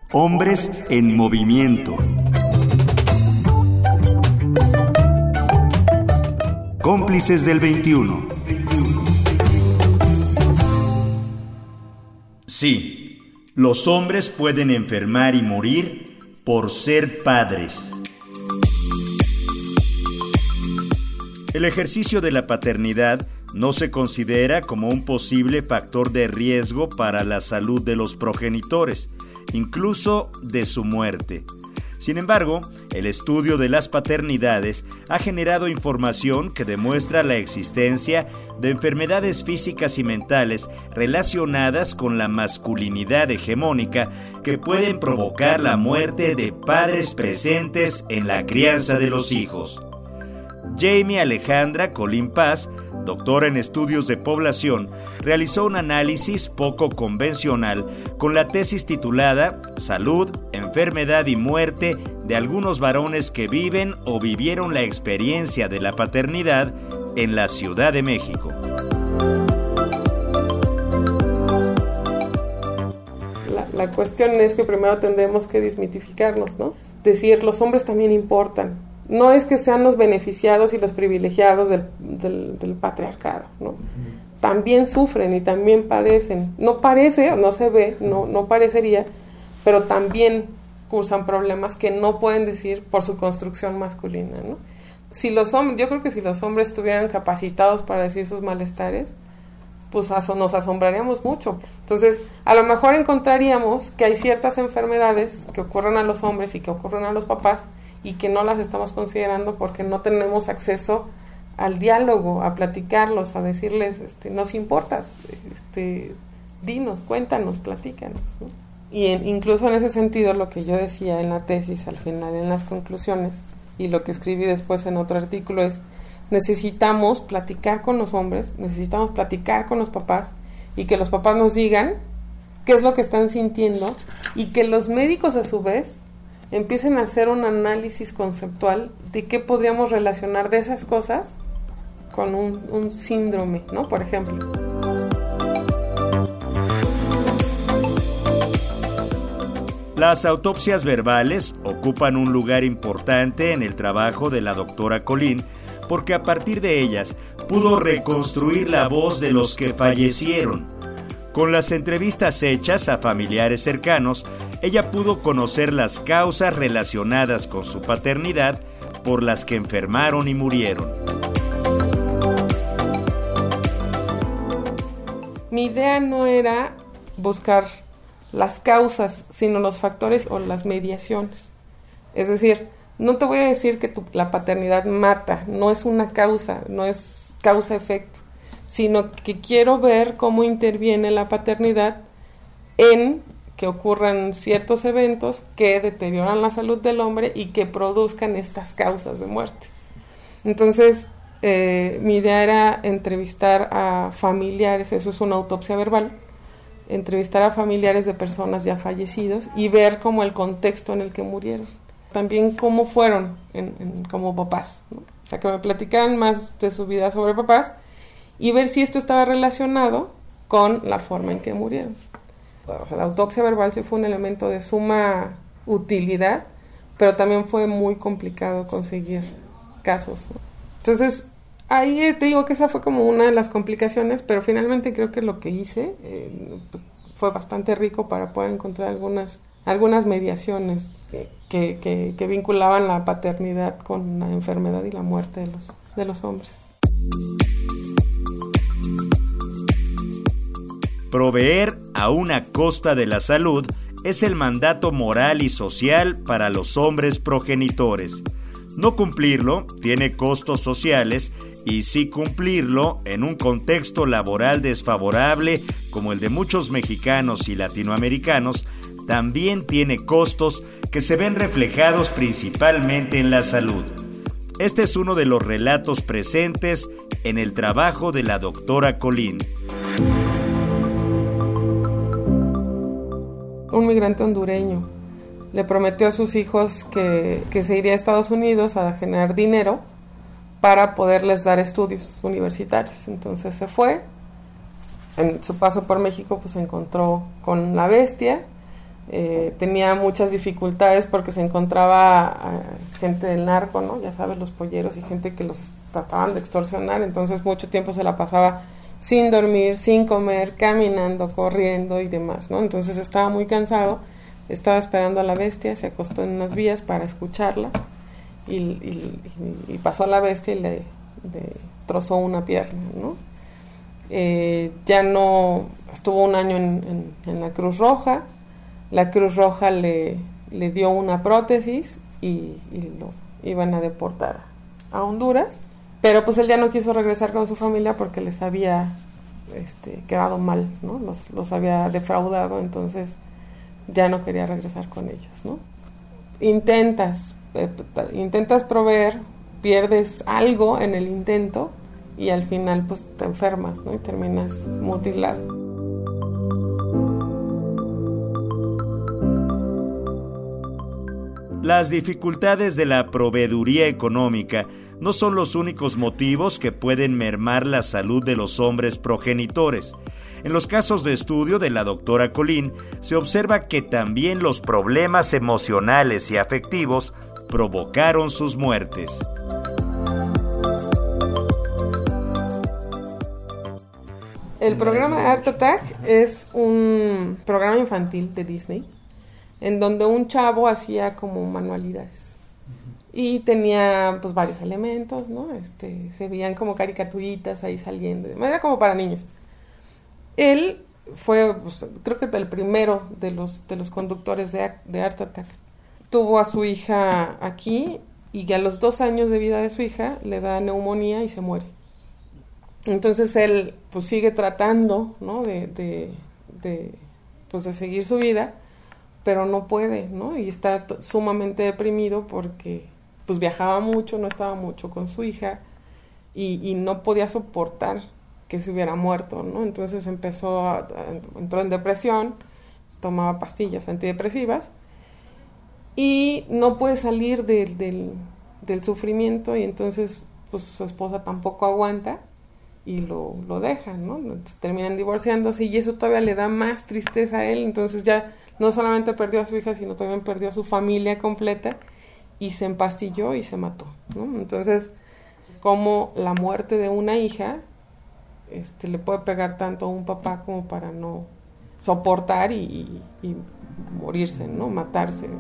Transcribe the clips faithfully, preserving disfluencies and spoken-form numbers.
Hombres en movimiento. Cómplices del veintiuno. Sí, los hombres pueden enfermar y morir por ser padres. El ejercicio de la paternidad no se considera como un posible factor de riesgo para la salud de los progenitores, incluso de su muerte. Sin embargo, el estudio de las paternidades ha generado información que demuestra la existencia de enfermedades físicas y mentales relacionadas con la masculinidad hegemónica que pueden provocar la muerte de padres presentes en la crianza de los hijos. Jamie Alejandra Colín Paz, doctora en estudios de población, realizó un análisis poco convencional con la tesis titulada Salud, Enfermedad y Muerte de algunos varones que viven o vivieron la experiencia de la paternidad en la Ciudad de México. La, la cuestión es que primero tendremos que desmitificarnos, ¿no? Decir, los hombres también importan. No es que sean los beneficiados y los privilegiados del, del, del patriarcado, ¿no? También sufren y también padecen. No parece, no se ve, no, no parecería, pero también cursan problemas que no pueden decir por su construcción masculina, ¿no? Si los hombres, yo creo que si los hombres estuvieran capacitados para decir sus malestares, pues aso, nos asombraríamos mucho. Entonces, a lo mejor encontraríamos que hay ciertas enfermedades que ocurren a los hombres y que ocurren a los papás, y que no las estamos considerando porque no tenemos acceso al diálogo, a platicarlos, a decirles, este, nos importas, este, dinos, cuéntanos, platícanos, ¿no? Y en, incluso en ese sentido, lo que yo decía en la tesis, al final, en las conclusiones, y lo que escribí después en otro artículo es, necesitamos platicar con los hombres, necesitamos platicar con los papás, y que los papás nos digan qué es lo que están sintiendo, y que los médicos a su vez empiecen a hacer un análisis conceptual de qué podríamos relacionar de esas cosas con un, un síndrome, ¿no? Por ejemplo. Las autopsias verbales ocupan un lugar importante en el trabajo de la doctora Colín, porque a partir de ellas pudo reconstruir la voz de los que fallecieron. Con las entrevistas hechas a familiares cercanos, ella pudo conocer las causas relacionadas con su paternidad por las que enfermaron y murieron. Mi idea no era buscar las causas, sino los factores o las mediaciones. Es decir, no te voy a decir que tu, la paternidad mata, no es una causa, no es causa-efecto, sino que quiero ver cómo interviene la paternidad en que ocurran ciertos eventos que deterioran la salud del hombre y que produzcan estas causas de muerte. Entonces, eh, mi idea era entrevistar a familiares, eso es una autopsia verbal, entrevistar a familiares de personas ya fallecidos y ver como el contexto en el que murieron. También cómo fueron en, en, como papás, ¿no? O sea, que me platicaran más de su vida sobre papás y ver si esto estaba relacionado con la forma en que murieron. O sea, la autopsia verbal sí fue un elemento de suma utilidad, pero también fue muy complicado conseguir casos, ¿no? Entonces, ahí te digo que esa fue como una de las complicaciones, pero finalmente creo que lo que hice eh, fue bastante rico para poder encontrar algunas, algunas mediaciones que, que, que vinculaban la paternidad con la enfermedad y la muerte de los, de los hombres. Proveer a una costa de la salud es el mandato moral y social para los hombres progenitores. No cumplirlo tiene costos sociales y sí cumplirlo en un contexto laboral desfavorable como el de muchos mexicanos y latinoamericanos también tiene costos que se ven reflejados principalmente en la salud. Este es uno de los relatos presentes en el trabajo de la doctora Colín. Un migrante hondureño le prometió a sus hijos que, que se iría a Estados Unidos a generar dinero para poderles dar estudios universitarios. Entonces se fue, en su paso por México pues se encontró con la bestia, Eh, tenía muchas dificultades porque se encontraba uh, gente del narco, ¿no? Ya sabes, los polleros y gente que los trataban de extorsionar, entonces mucho tiempo se la pasaba sin dormir, sin comer, caminando, corriendo y demás, ¿no? Entonces estaba muy cansado, estaba esperando a la bestia, se acostó en unas vías para escucharla y, y, y pasó a la bestia y le, le trozó una pierna, ¿no? Eh, ya no, estuvo un año en, en, en la Cruz Roja. La Cruz Roja le, le dio una prótesis y, y lo iban a deportar a Honduras, pero pues él ya no quiso regresar con su familia porque les había este, quedado mal, ¿no? Los, los había defraudado, entonces ya no quería regresar con ellos, ¿no? Intentas, eh, intentas proveer, pierdes algo en el intento y al final pues te enfermas, ¿no? Y terminas mutilado. Las dificultades de la proveeduría económica no son los únicos motivos que pueden mermar la salud de los hombres progenitores. En los casos de estudio de la doctora Colín, se observa que también los problemas emocionales y afectivos provocaron sus muertes. El programa Art Attack es un programa infantil de Disney, en donde un chavo hacía como manualidades y tenía pues varios elementos, ¿no? Este, se veían como caricaturitas ahí saliendo, era como para niños. Él fue, pues, creo que el primero de los de los conductores de, de Art Attack. Tuvo a su hija aquí y a los dos años de vida de su hija le da neumonía y se muere. Entonces él pues sigue tratando, ¿no? de, de, de, pues, de seguir su vida, pero no puede, ¿no? Y está t- sumamente deprimido porque pues viajaba mucho, no estaba mucho con su hija y, y no podía soportar que se hubiera muerto, ¿no? Entonces empezó a, a, entró en depresión, tomaba pastillas antidepresivas y no puede salir de, del, del sufrimiento y entonces pues su esposa tampoco aguanta y lo, lo dejan, ¿no? Se terminan divorciándose y eso todavía le da más tristeza a él, entonces ya no solamente perdió a su hija, sino también perdió a su familia completa y se empastilló y se mató, ¿no? Entonces, como la muerte de una hija este, le puede pegar tanto a un papá como para no soportar y, y, y morirse, ¿no? Matarse.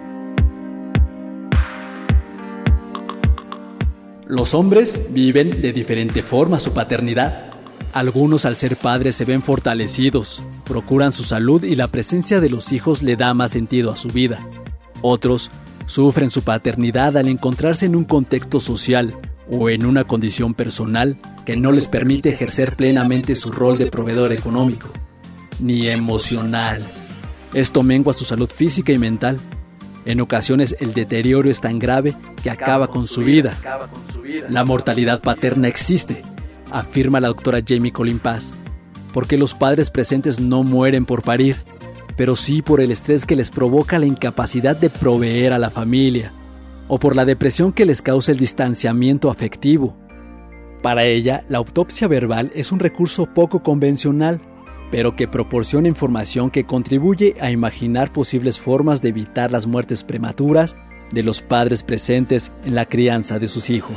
Los hombres viven de diferente forma su paternidad. Algunos al ser padres se ven fortalecidos, procuran su salud y la presencia de los hijos le da más sentido a su vida. Otros sufren su paternidad al encontrarse en un contexto social o en una condición personal que no les permite ejercer plenamente su rol de proveedor económico, ni emocional. Esto mengua su salud física y mental. En ocasiones el deterioro es tan grave que acaba con su vida. La mortalidad paterna existe, afirma la doctora Jamie Colleen Paz, porque los padres presentes no mueren por parir, pero sí por el estrés que les provoca la incapacidad de proveer a la familia, o por la depresión que les causa el distanciamiento afectivo. Para ella, la autopsia verbal es un recurso poco convencional, pero que proporciona información que contribuye a imaginar posibles formas de evitar las muertes prematuras de los padres presentes en la crianza de sus hijos.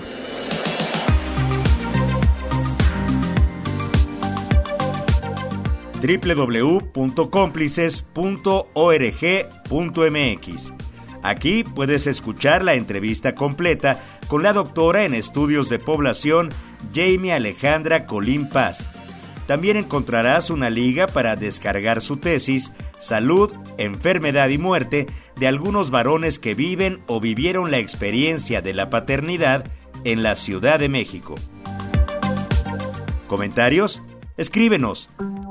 doble u doble u doble u punto cómplices punto org punto m x. Aquí puedes escuchar la entrevista completa con la doctora en estudios de población Jamie Alejandra Colleen Paz. También encontrarás una liga para descargar su tesis Salud, Enfermedad y Muerte de algunos varones que viven o vivieron la experiencia de la paternidad en la Ciudad de México. ¿Comentarios? Escríbenos.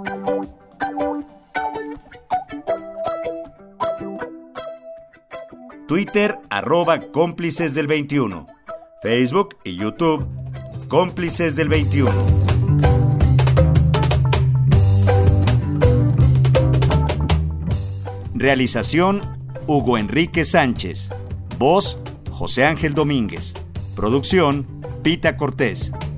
Twitter, arroba cómplices del veintiuno. Facebook y YouTube, cómplices del veintiuno. Realización, Hugo Enrique Sánchez. Voz, José Ángel Domínguez. Producción, Pita Cortés.